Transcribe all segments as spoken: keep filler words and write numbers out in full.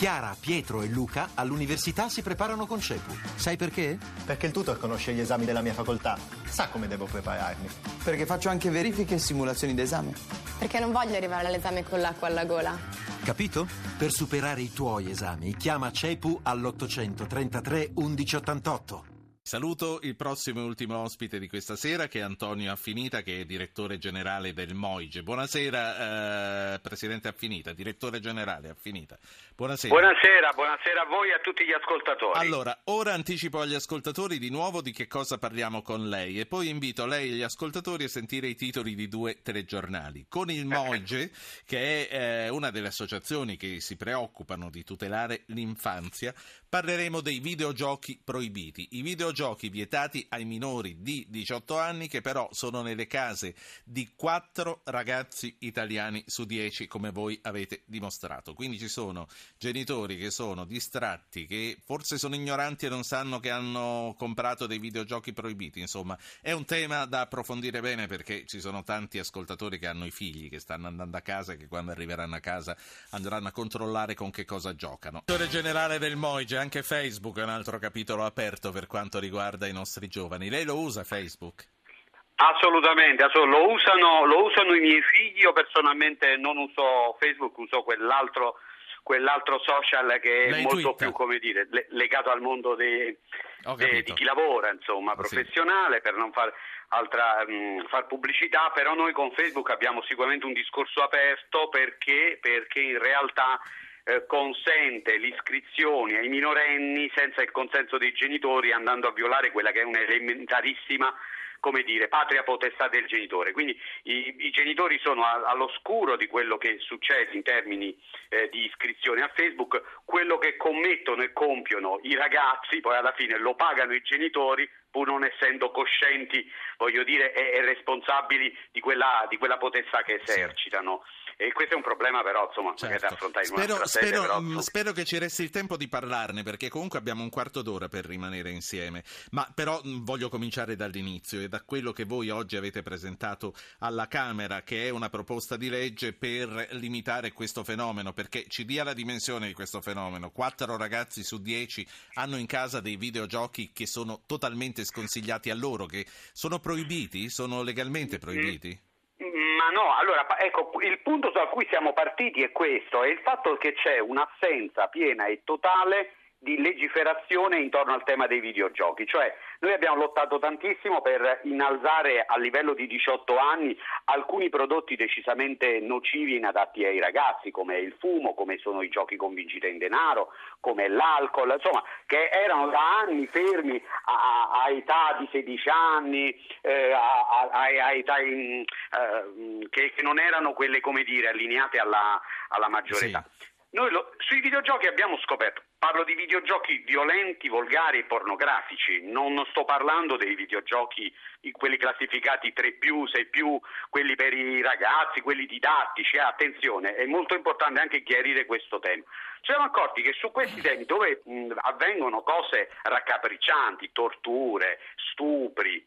Chiara, Pietro e Luca all'università si preparano con CEPU. Sai perché? Perché il tutor conosce gli esami della mia facoltà. Sa come devo prepararmi. Perché faccio anche verifiche e simulazioni d'esame. Perché non voglio arrivare all'esame con l'acqua alla gola. Capito? Per superare i tuoi esami, chiama CEPU all'ottocento trentatré undici ottantotto. Saluto il prossimo e ultimo ospite di questa sera, che è Antonio Affinita, che è direttore generale del MOIGE. Buonasera, eh, Presidente Affinita, direttore generale Affinita. Buonasera. Buonasera, buonasera a voi e a tutti gli ascoltatori. Allora, ora anticipo agli ascoltatori di nuovo di che cosa parliamo con lei e poi invito lei e gli ascoltatori a sentire i titoli di due telegiornali. Con il MOIGE, che è eh, una delle associazioni che si preoccupano di tutelare l'infanzia, parleremo dei videogiochi proibiti. I videogiochi vietati ai minori di diciotto anni, che però sono nelle case di quattro ragazzi italiani su dieci, come voi avete dimostrato. Quindi ci sono genitori che sono distratti, che forse sono ignoranti e non sanno che hanno comprato dei videogiochi proibiti. Insomma, è un tema da approfondire bene, perché ci sono tanti ascoltatori che hanno i figli che stanno andando a casa e che quando arriveranno a casa andranno a controllare con che cosa giocano. Direttore generale del MOIGE, anche Facebook è un altro capitolo aperto per quanto riguarda i nostri giovani. Lei lo usa Facebook? Assolutamente, assolutamente. Lo usano, lo usano i miei figli. Io personalmente non uso Facebook, uso quell'altro quell'altro social che è Lei molto twitta. più, come dire, le, legato al mondo de, de, di chi lavora, insomma, professionale, sì. Per non far altra mh, far pubblicità, però noi con Facebook abbiamo sicuramente un discorso aperto, perché perché in realtà eh, consente l'iscrizione ai minorenni senza il consenso dei genitori, andando a violare quella che è un'elementarissima, come dire, patria potestà del genitore. Quindi i, i genitori sono a, all'oscuro di quello che succede in termini eh, di iscrizione a Facebook. Quello che commettono e compiono i ragazzi poi alla fine lo pagano i genitori, pur non essendo coscienti, voglio dire, e, e responsabili di quella, di quella potestà che esercitano. E questo è un problema, però, insomma, certo. da affrontare in spero, un'altra sede. Spero, però, mh, spero che ci resti il tempo di parlarne, perché comunque abbiamo un quarto d'ora per rimanere insieme. Ma però mh, voglio cominciare dall'inizio e da quello che voi oggi avete presentato alla Camera, che è una proposta di legge per limitare questo fenomeno, perché ci dia la dimensione di questo fenomeno. Quattro ragazzi su dieci hanno in casa dei videogiochi che sono totalmente sconsigliati a loro, che sono proibiti, sono legalmente proibiti. Ma no, allora, ecco, il punto da cui siamo partiti è questo, è il fatto che c'è un'assenza piena e totale di legiferazione intorno al tema dei videogiochi. Cioè, noi abbiamo lottato tantissimo per innalzare a livello di diciotto anni alcuni prodotti decisamente nocivi e inadatti ai ragazzi, come il fumo, come sono i giochi con vincita in denaro, come l'alcol, insomma, che erano da anni fermi a, a età di sedici anni, eh, a, a, a età in, eh, che, che non erano quelle, come dire, allineate alla, alla maggiore sì. età. Noi lo, sui videogiochi abbiamo scoperto, parlo di videogiochi violenti, volgari e pornografici, non sto parlando dei videogiochi, quelli classificati tre più, sei più, quelli per i ragazzi, quelli didattici, eh, attenzione, è molto importante anche chiarire questo tema. Ci siamo accorti che su questi temi, dove mh, avvengono cose raccapriccianti, torture, stupri,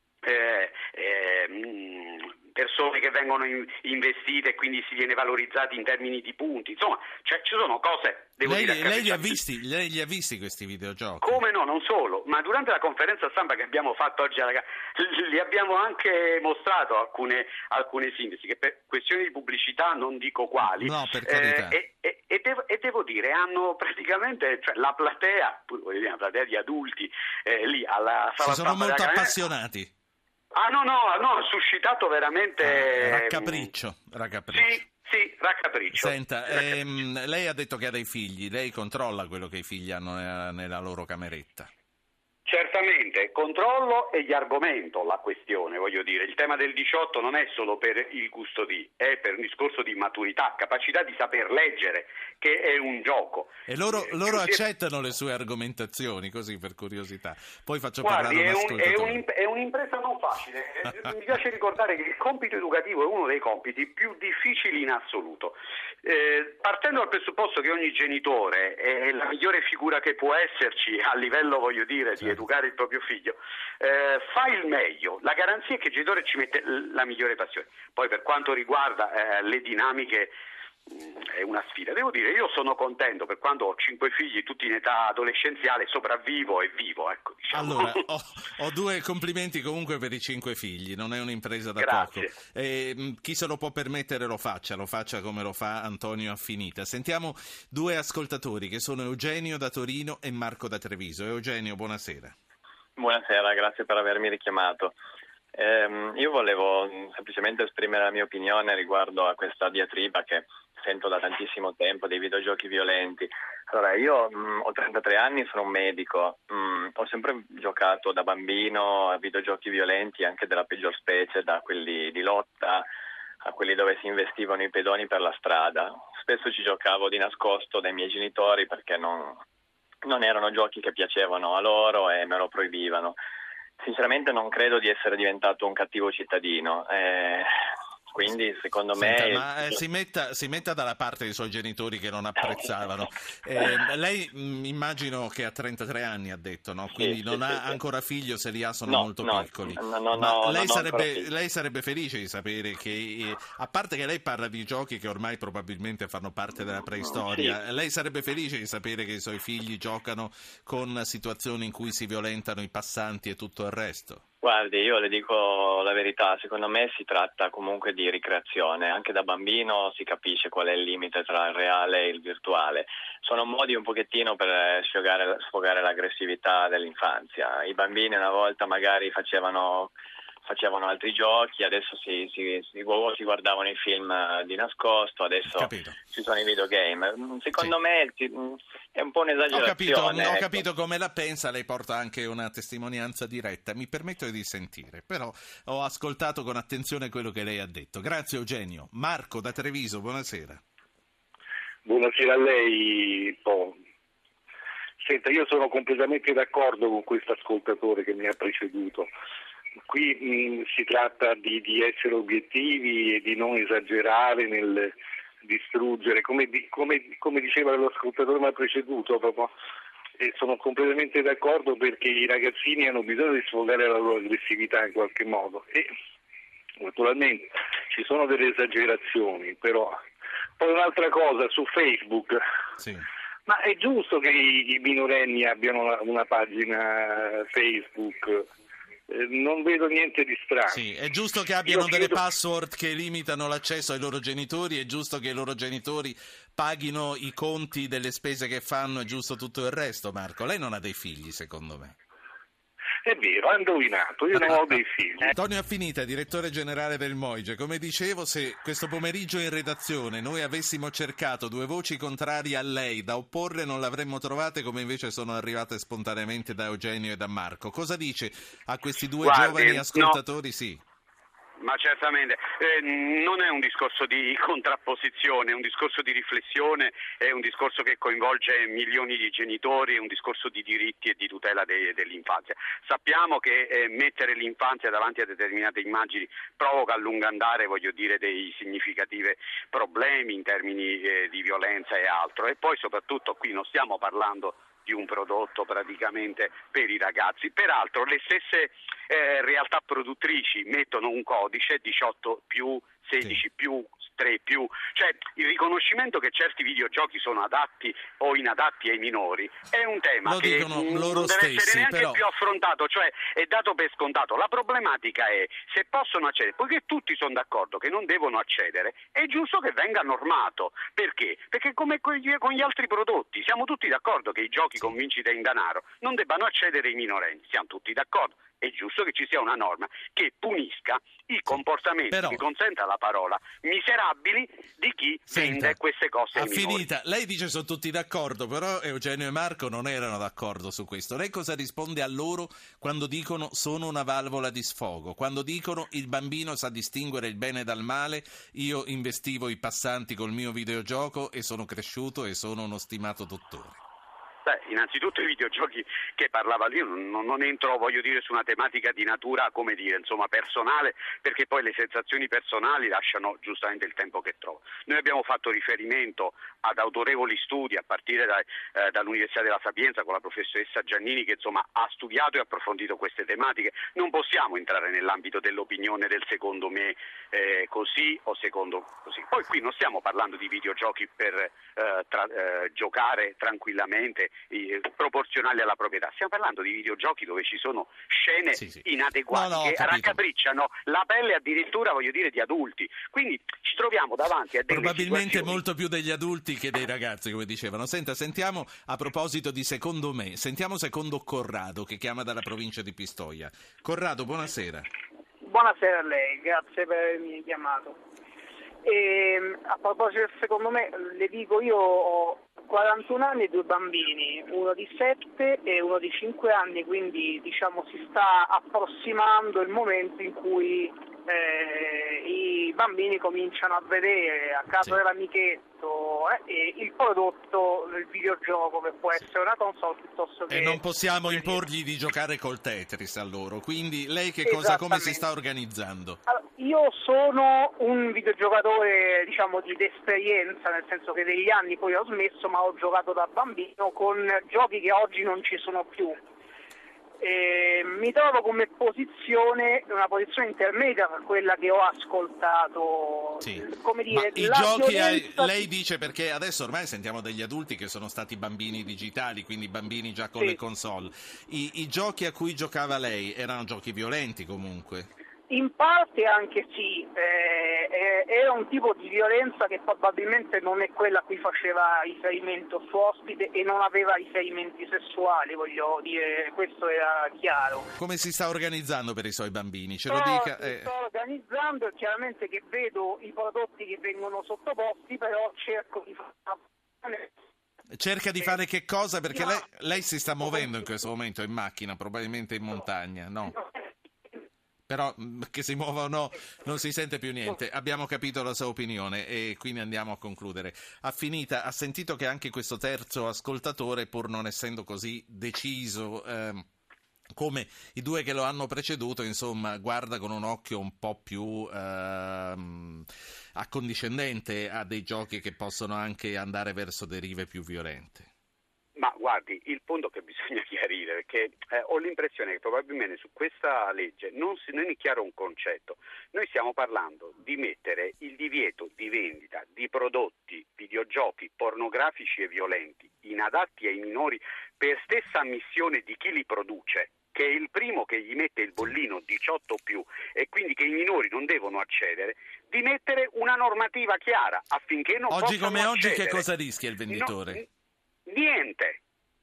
eh, eh, mh, persone che vengono in, investite e quindi si viene valorizzati in termini di punti, insomma, cioè, ci sono cose, devo lei, dire, lei li ha visti, lei li ha visti questi videogiochi? Come no, non solo, ma durante la conferenza stampa che abbiamo fatto oggi alla, li abbiamo anche mostrato alcune, alcune sintesi, che per questioni di pubblicità non dico quali, no, per carità. Eh, e, e, e, devo, e devo dire, hanno praticamente, cioè, la platea, la platea di adulti eh, lì alla sala si sono stampa molto della appassionati. Ah no, no, no, ha suscitato veramente... Ah, raccapriccio, raccapriccio. Sì, sì, raccapriccio. Senta, raccapriccio. Ehm, lei ha detto che ha dei figli, lei controlla quello che i figli hanno nella, nella loro cameretta? Certamente, controllo e gli argomento la questione, voglio dire, il tema del diciotto non è solo per il gusto di, è per un discorso di maturità, capacità di saper leggere, che è un gioco. E loro, eh, loro così... accettano le sue argomentazioni, così per curiosità. Poi faccio Guardi, parlare un è, un, ascoltatore. è, un, è un'impresa non facile, mi piace ricordare che il compito educativo è uno dei compiti più difficili in assoluto. Eh, partendo dal presupposto che ogni genitore è la migliore figura che può esserci a livello, voglio dire, certo. di educare il proprio figlio, eh, fa il meglio, la garanzia è che il genitore ci mette la migliore passione. Poi per quanto riguarda eh, le dinamiche è una sfida. Devo dire, io sono contento, per quando ho cinque figli, tutti in età adolescenziale, sopravvivo e vivo, ecco, diciamo. Allora, ho, ho due complimenti comunque per i cinque figli, non è un'impresa da Grazie. poco. Eh, chi se lo può permettere lo faccia, lo faccia come lo fa Antonio Affinita. Sentiamo due ascoltatori che sono Eugenio da Torino e Marco da Treviso. Eugenio, buonasera. Buonasera, grazie per avermi richiamato. Eh, io volevo semplicemente esprimere la mia opinione riguardo a questa diatriba che sento da tantissimo tempo dei videogiochi violenti. Allora, io mh, ho trentatré anni, sono un medico, mh, ho sempre giocato da bambino a videogiochi violenti, anche della peggior specie, da quelli di lotta a quelli dove si investivano i pedoni per la strada. Spesso ci giocavo di nascosto dai miei genitori perché non, non erano giochi che piacevano a loro e me lo proibivano. Sinceramente non credo di essere diventato un cattivo cittadino, eh, quindi secondo Senta, me... ma eh, si, metta, si metta dalla parte dei suoi genitori che non apprezzavano. Eh, lei mh, immagino che ha trentatré anni, ha detto, no? Quindi sì, non sì, ha sì, ancora figlio, se li ha sono no, molto no, piccoli. No, no, ma no, lei, no, sarebbe, lei sarebbe felice di sapere che, eh, a parte che lei parla di giochi che ormai probabilmente fanno parte della preistoria, sì. Lei sarebbe felice di sapere che i suoi figli giocano con situazioni in cui si violentano i passanti e tutto il resto? Guardi, io le dico la verità, secondo me si tratta comunque di ricreazione, anche da bambino si capisce qual è il limite tra il reale e il virtuale. Sono modi un pochettino per sfogare, sfogare l'aggressività dell'infanzia. I bambini una volta magari facevano... facevano altri giochi, adesso si, si, si, si guardavano i film di nascosto, adesso Capito. Ci sono i videogame. Secondo sì. me è un po' un'esagerazione. Ho capito, ecco. ho capito come la pensa, lei porta anche una testimonianza diretta, mi permetto di sentire, però ho ascoltato con attenzione quello che lei ha detto. Grazie Eugenio. Marco da Treviso, buonasera. Buonasera a lei, Po. Senta, io sono completamente d'accordo con questo ascoltatore che mi ha preceduto. Qui mh, si tratta di, di essere obiettivi e di non esagerare nel distruggere, come, di, come, come diceva l'ascoltatore che mi ha preceduto, proprio, e sono completamente d'accordo perché i ragazzini hanno bisogno di sfogare la loro aggressività in qualche modo e naturalmente ci sono delle esagerazioni, però poi un'altra cosa su Facebook. Sì. Ma è giusto che i, i minorenni abbiano una, una pagina Facebook? Eh, non vedo niente di strano. Sì, è giusto che abbiano Io delle chiedo... password che limitano l'accesso ai loro genitori, è giusto che i loro genitori paghino i conti delle spese che fanno, è giusto tutto il resto, Marco. Lei non ha dei figli, secondo me. È vero, ha indovinato, io non ho dei figli. Antonio Affinita, direttore generale del Moige. Come dicevo, se questo pomeriggio in redazione noi avessimo cercato due voci contrarie a lei da opporre, non l'avremmo trovate, come invece sono arrivate spontaneamente da Eugenio e da Marco. Cosa dice a questi due Guardi, giovani ascoltatori? No. Sì. Ma certamente, eh, non è un discorso di contrapposizione, è un discorso di riflessione, è un discorso che coinvolge milioni di genitori, è un discorso di diritti e di tutela de- dell'infanzia. Sappiamo che eh, mettere l'infanzia davanti a determinate immagini provoca a lungo andare, voglio dire, dei significativi problemi in termini eh, di violenza e altro, e poi soprattutto qui non stiamo parlando di un prodotto praticamente per i ragazzi. Peraltro le stesse eh, realtà produttrici mettono un codice diciotto più, sedici sì. più, tre più, cioè il riconoscimento che certi videogiochi sono adatti o inadatti ai minori è un tema Lo che dicono non loro deve stessi, essere neanche però... più affrontato, cioè è dato per scontato. La problematica è se possono accedere, poiché tutti sono d'accordo che non devono accedere, è giusto che venga normato. Perché? Perché come con gli, con gli altri prodotti siamo tutti d'accordo che i giochi con vincita in denaro non debbano accedere i minorenni, siamo tutti d'accordo. È giusto che ci sia una norma che punisca i comportamenti, però... mi consenta la parola, miserabili di chi Senta, vende queste cose ai minori. Affinita, lei dice sono tutti d'accordo, però Eugenio e Marco non erano d'accordo su questo. Lei cosa risponde a loro quando dicono sono una valvola di sfogo? Quando dicono il bambino sa distinguere il bene dal male, io investivo i passanti col mio videogioco e sono cresciuto e sono uno stimato dottore? Beh, innanzitutto i videogiochi che parlava lui, non, non entro, voglio dire, su una tematica di natura, come dire, insomma, personale, perché poi le sensazioni personali lasciano giustamente il tempo che trova. Noi abbiamo fatto riferimento ad autorevoli studi, a partire da, eh, dall'Università della Sapienza, con la professoressa Giannini, che insomma ha studiato e approfondito queste tematiche. Non possiamo entrare nell'ambito dell'opinione del secondo me eh, così o secondo così. Poi qui non stiamo parlando di videogiochi per eh, tra, eh, giocare tranquillamente, proporzionali alla proprietà. Stiamo parlando di videogiochi dove ci sono scene sì, sì. inadeguate no, no, che raccapricciano la pelle addirittura, voglio dire, di adulti. Quindi ci troviamo davanti a delle probabilmente situazioni... molto più degli adulti che dei ragazzi, come dicevano. Senta, sentiamo a proposito di secondo me, sentiamo secondo Corrado che chiama dalla provincia di Pistoia. Corrado, buonasera. Buonasera a lei, grazie per avermi chiamato. E, a proposito, secondo me, le dico, io ho quarantuno anni e due bambini, uno di sette e uno di cinque anni, quindi diciamo si sta approssimando il momento in cui eh, i bambini cominciano a vedere a casa sì. dell'amichetto eh, il prodotto, il videogioco, che può essere una console piuttosto che... E non possiamo imporgli di giocare col Tetris a loro, quindi lei che cosa, come si sta organizzando? Allora, io sono un videogiocatore, diciamo, di esperienza, nel senso che negli anni poi ho smesso, ma ho giocato da bambino con giochi che oggi non ci sono più. E mi trovo come posizione, una posizione intermedia tra quella che ho ascoltato. Sì. Come dire, ma i la giochi violenza... lei dice, perché adesso ormai sentiamo degli adulti che sono stati bambini digitali, quindi bambini già con sì. le console. I, I giochi a cui giocava lei erano giochi violenti comunque? In parte anche sì, eh, eh, era un tipo di violenza che probabilmente non è quella a cui faceva riferimento suo ospite e non aveva riferimenti sessuali, voglio dire, questo era chiaro. Come si sta organizzando per i suoi bambini? Ce sto, lo dica. Eh. Sto organizzando, chiaramente che vedo i prodotti che vengono sottoposti, però cerco di fare... Cerca di fare che cosa? Perché lei, lei si sta muovendo in questo momento in macchina, probabilmente in montagna, no? Però che si muova o no non si sente più niente. Abbiamo capito la sua opinione e quindi andiamo a concludere. Ha finita, ha sentito che anche questo terzo ascoltatore, pur non essendo così deciso ehm, come i due che lo hanno preceduto, insomma, guarda con un occhio un po' più ehm, accondiscendente a dei giochi che possono anche andare verso derive più violente. Ma guardi, il punto che bisogna chiarire, perché eh, ho l'impressione che probabilmente su questa legge non, si, non è chiaro un concetto. Noi stiamo parlando di mettere il divieto di vendita di prodotti, videogiochi pornografici e violenti inadatti ai minori per stessa ammissione di chi li produce, che è il primo che gli mette il bollino diciotto più e quindi che i minori non devono accedere, di mettere una normativa chiara affinché non oggi possano come oggi accedere. Che cosa rischia il venditore? No, niente,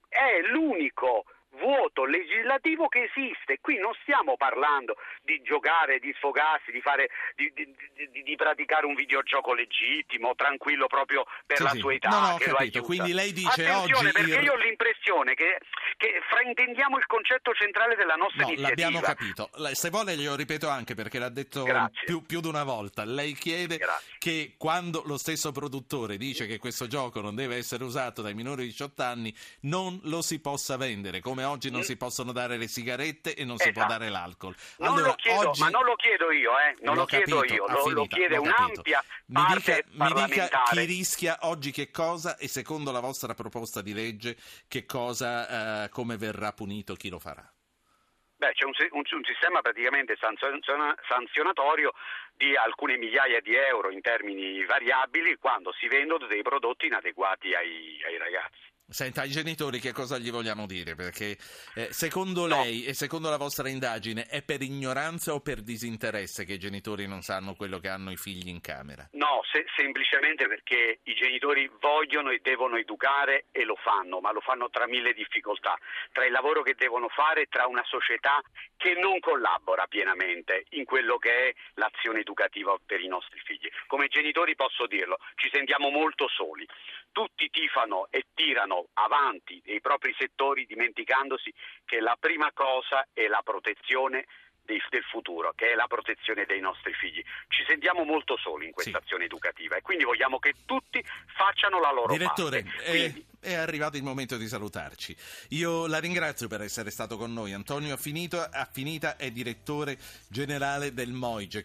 è l'unico vuoto legislativo che esiste. Qui non stiamo parlando di giocare, di sfogarsi, di fare di, di, di, di praticare un videogioco legittimo, tranquillo proprio per sì, la sì. sua età. No, no, ho che capito. lo Quindi lei dice attenzione, oggi perché il... io ho l'impressione che, che fraintendiamo il concetto centrale della nostra no, iniziativa. L'abbiamo capito. Se vuole glielo ripeto anche perché l'ha detto più, più di una volta. Lei chiede Grazie. Che quando lo stesso produttore dice che questo gioco non deve essere usato dai minori di diciotto anni, non lo si possa vendere, come oggi non mm. si possono dare le sigarette e non esatto. si può dare l'alcol. Non allora, lo chiedo, oggi... ma non lo chiedo io, eh, non lo chiedo capito, io, lo, finita, lo chiede un'ampia mi parte dica, mi dica parlamentare. Chi rischia oggi che cosa e secondo la vostra proposta di legge che cosa, eh, come verrà punito chi lo farà? Beh, c'è un, un, un sistema praticamente sanzionatorio di alcune migliaia di euro in termini variabili quando si vendono dei prodotti inadeguati ai, ai ragazzi. Senta, ai genitori che cosa gli vogliamo dire? Perché eh, secondo no. lei e secondo la vostra indagine è per ignoranza o per disinteresse che i genitori non sanno quello che hanno i figli in camera? No, se, semplicemente perché i genitori vogliono e devono educare e lo fanno, ma lo fanno tra mille difficoltà, tra il lavoro che devono fare, tra una società che non collabora pienamente in quello che è l'azione educativa per i nostri figli. Come genitori posso dirlo, ci sentiamo molto soli. Tutti tifano e tirano avanti dei propri settori dimenticandosi che la prima cosa è la protezione dei, del futuro, che è la protezione dei nostri figli. Ci sentiamo molto soli in questa sì. azione educativa e quindi vogliamo che tutti facciano la loro Direttore, parte. Eh... Quindi, è arrivato il momento di salutarci. Io la ringrazio per essere stato con noi. Antonio Affinito, Affinita è direttore generale del Moige.